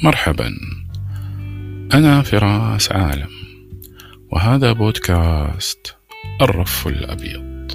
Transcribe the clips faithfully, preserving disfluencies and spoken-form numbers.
مرحبا، أنا فراس عالم، وهذا بودكاست الرف الأبيض.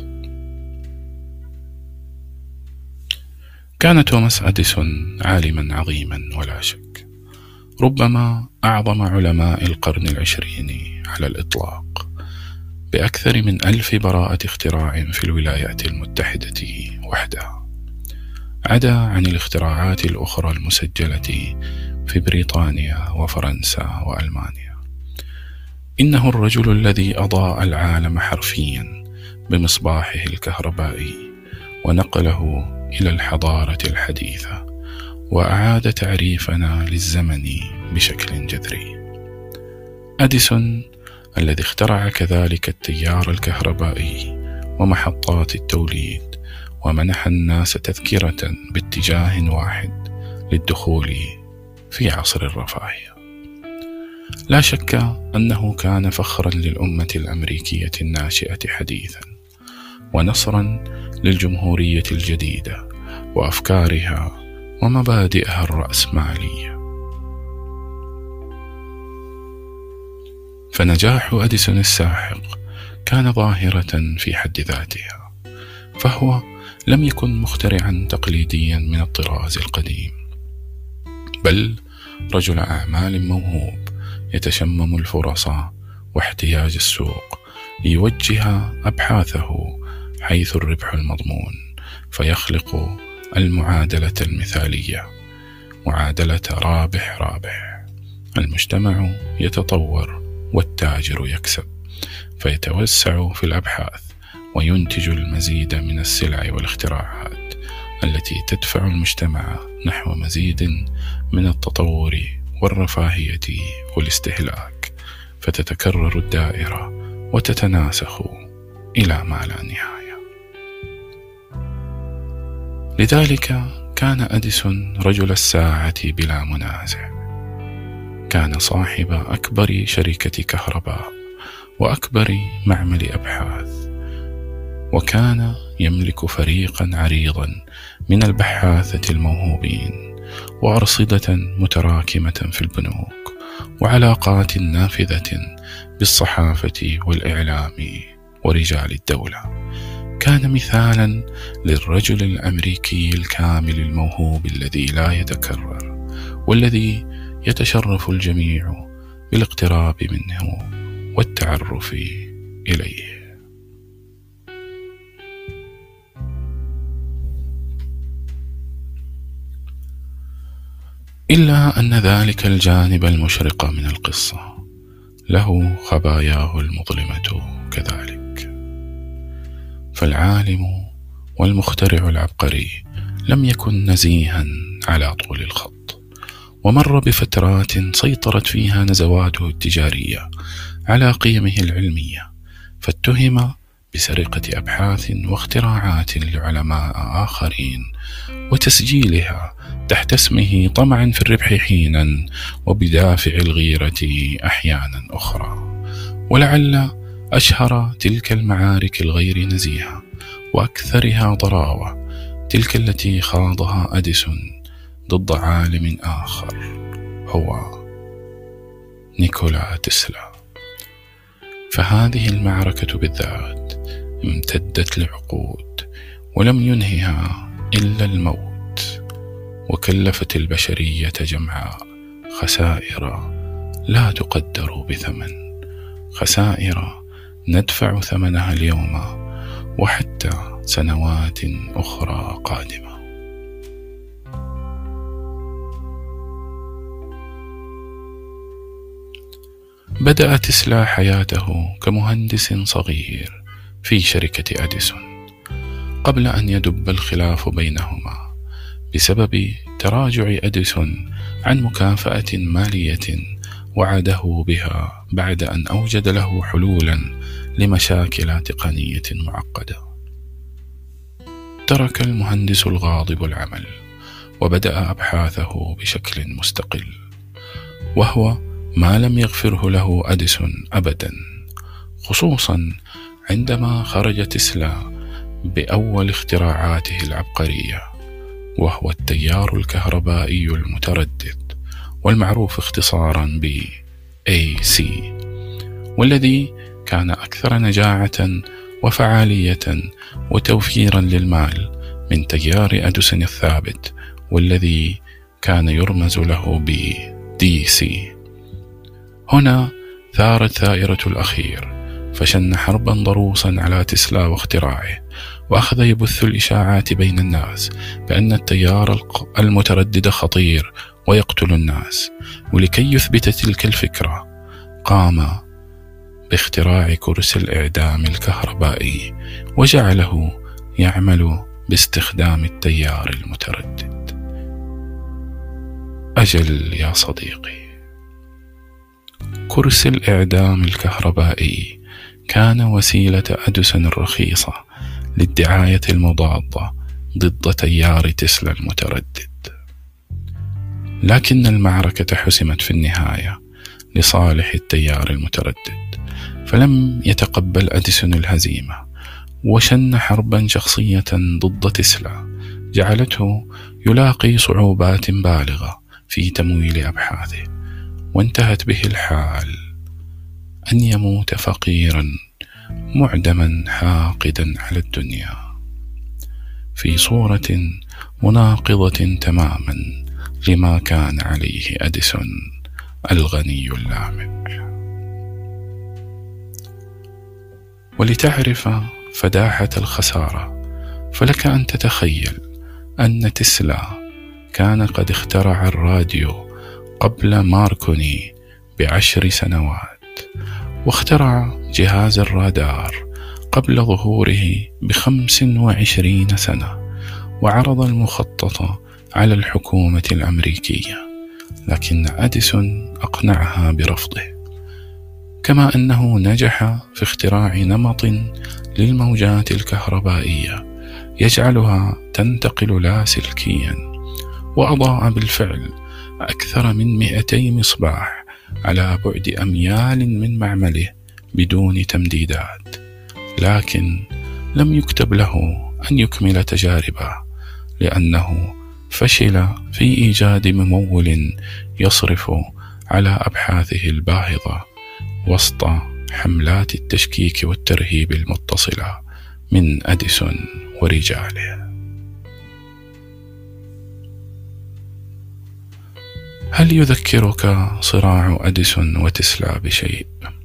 كان توماس أديسون عالما عظيما ولا شك، ربما أعظم علماء القرن العشرين على الإطلاق، بأكثر من ألف براءة اختراع في الولايات المتحدة وحدها، عدا عن الاختراعات الأخرى المسجلة في بريطانيا وفرنسا وألمانيا. إنه الرجل الذي أضاء العالم حرفيا بمصباحه الكهربائي، ونقله إلى الحضارة الحديثة، وأعاد تعريفنا للزمن بشكل جذري. أديسون الذي اخترع كذلك التيار الكهربائي ومحطات التوليد، ومنح الناس تذكرة باتجاه واحد للدخول في عصر الرفاهية. لا شك أنه كان فخرا للأمة الأمريكية الناشئة حديثا، ونصرا للجمهورية الجديدة وأفكارها ومبادئها الرأسمالية. فنجاح أديسون الساحق كان ظاهرة في حد ذاتها، فهو لم يكن مخترعا تقليديا من الطراز القديم، بل رجل أعمال موهوب يتشمم الفرص واحتياج السوق ليوجه أبحاثه حيث الربح المضمون، فيخلق المعادلة المثالية، معادلة رابح رابح. المجتمع يتطور والتاجر يكسب، فيتوسع في الأبحاث وينتج المزيد من السلع والاختراعات التي تدفع المجتمع نحو مزيد من التطور والرفاهية والاستهلاك، فتتكرر الدائرة وتتناسخ إلى ما لا نهاية. لذلك كان أديسون رجل الساعة بلا منازع، كان صاحب أكبر شركة كهرباء وأكبر معمل أبحاث، وكان يملك فريقا عريضا من البحاثة الموهوبين، وأرصدة متراكمة في البنوك، وعلاقات نافذة بالصحافة والإعلام ورجال الدولة. كان مثالا للرجل الأمريكي الكامل الموهوب الذي لا يتكرر، والذي يتشرف الجميع بالاقتراب منه والتعرف إليه. إلا أن ذلك الجانب المشرق من القصة له خباياه المظلمة كذلك. فالعالم والمخترع العبقري لم يكن نزيها على طول الخط، ومر بفترات سيطرت فيها نزواته التجارية على قيمه العلمية، فاتهم بسرقة أبحاث واختراعات لعلماء آخرين وتسجيلها تحت اسمه طمعا في الربح حينا، وبدافع الغيرة أحيانا أخرى. ولعل أشهر تلك المعارك الغير نزيهة وأكثرها ضراوة تلك التي خاضها أديسون ضد عالم آخر، هو نيكولا تسلا. فهذه المعركة بالذات امتدت لعقود، ولم ينهها إلا الموت، وكلفت البشرية جمعاء خسائر لا تقدر بثمن، خسائر ندفع ثمنها اليوم وحتى سنوات أخرى قادمة. بدأ تسلا حياته كمهندس صغير في شركة أديسون، قبل أن يدب الخلاف بينهما بسبب تراجع أديسون عن مكافأة مالية وعده بها بعد أن أوجد له حلولا لمشاكل تقنية معقدة. ترك المهندس الغاضب العمل وبدأ أبحاثه بشكل مستقل، وهو ما لم يغفره له أديسون أبدا، خصوصا عندما خرج تسلا بأول اختراعاته العبقرية، وهو التيار الكهربائي المتردد، والمعروف اختصارا ب إيه سي، والذي كان أكثر نجاعة وفعالية وتوفيرا للمال من تيار أديسون الثابت، والذي كان يرمز له ب دي سي. هنا ثارت ثائرة الأخير، فشن حربا ضروسا على تسلا واختراعه، وأخذ يبث الإشاعات بين الناس بأن التيار المتردد خطير ويقتل الناس. ولكي يثبت تلك الفكرة قام باختراع كرسي الإعدام الكهربائي، وجعله يعمل باستخدام التيار المتردد. أجل يا صديقي، كرسي الإعدام الكهربائي كان وسيلة أديسون الرخيصة للدعاية المضادة ضد تيار تسلا المتردد، لكن المعركة حسمت في النهاية لصالح التيار المتردد، فلم يتقبل أديسون الهزيمة، وشن حربا شخصية ضد تسلا جعلته يلاقي صعوبات بالغة في تمويل أبحاثه، وانتهت به الحال أن يموت فقيرا معدما حاقدا على الدنيا في صورة مناقضة تماما لما كان عليه أديسون الغني اللامع. ولتعرف فداحة الخسارة، فلك أن تتخيل أن تسلا كان قد اخترع الراديو قبل ماركوني بعشر سنوات، واخترع جهاز الرادار قبل ظهوره بخمس وعشرين سنة، وعرض المخطط على الحكومة الأمريكية، لكن أديسون أقنعها برفضه. كما أنه نجح في اختراع نمط للموجات الكهربائية يجعلها تنتقل لاسلكيا، وأضاء بالفعل أكثر من مئتي مصباح على بعد أميال من معمله بدون تمديدات، لكن لم يكتب له أن يكمل تجاربه، لأنه فشل في إيجاد ممول يصرف على أبحاثه الباهظة وسط حملات التشكيك والترهيب المتصلة من أديسون ورجاله. هل يذكرك صراع أديسون وتسلا بشيء؟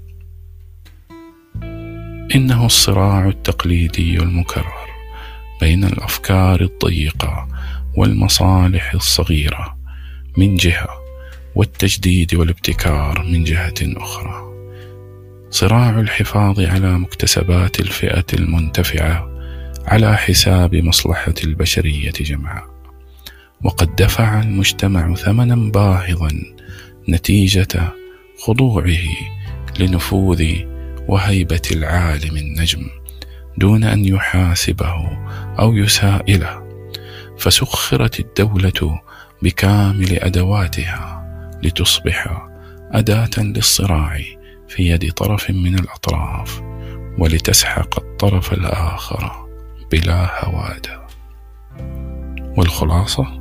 إنه الصراع التقليدي المكرر بين الأفكار الضيقة والمصالح الصغيرة من جهة، والتجديد والابتكار من جهة أخرى. صراع الحفاظ على مكتسبات الفئة المنتفعة على حساب مصلحة البشرية جمعاء. وقد دفع المجتمع ثمنا باهظا نتيجة خضوعه لنفوذ وهيبة العالم النجم دون أن يحاسبه أو يسائله، فسخرت الدولة بكامل أدواتها لتصبح أداة للصراع في يد طرف من الأطراف، ولتسحق الطرف الآخر بلا هوادة. والخلاصة؟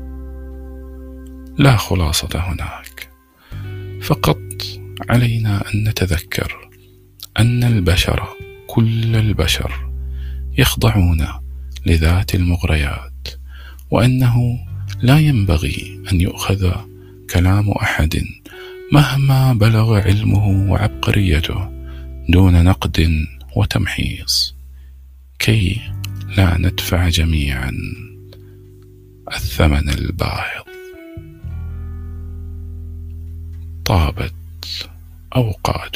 لا خلاصة هناك، فقط علينا أن نتذكر أن البشر كل البشر يخضعون لذات المغريات، وأنه لا ينبغي أن يؤخذ كلام أحد مهما بلغ علمه وعبقريته دون نقد وتمحيص، كي لا ندفع جميعا الثمن الباهظ. طابت أوقات.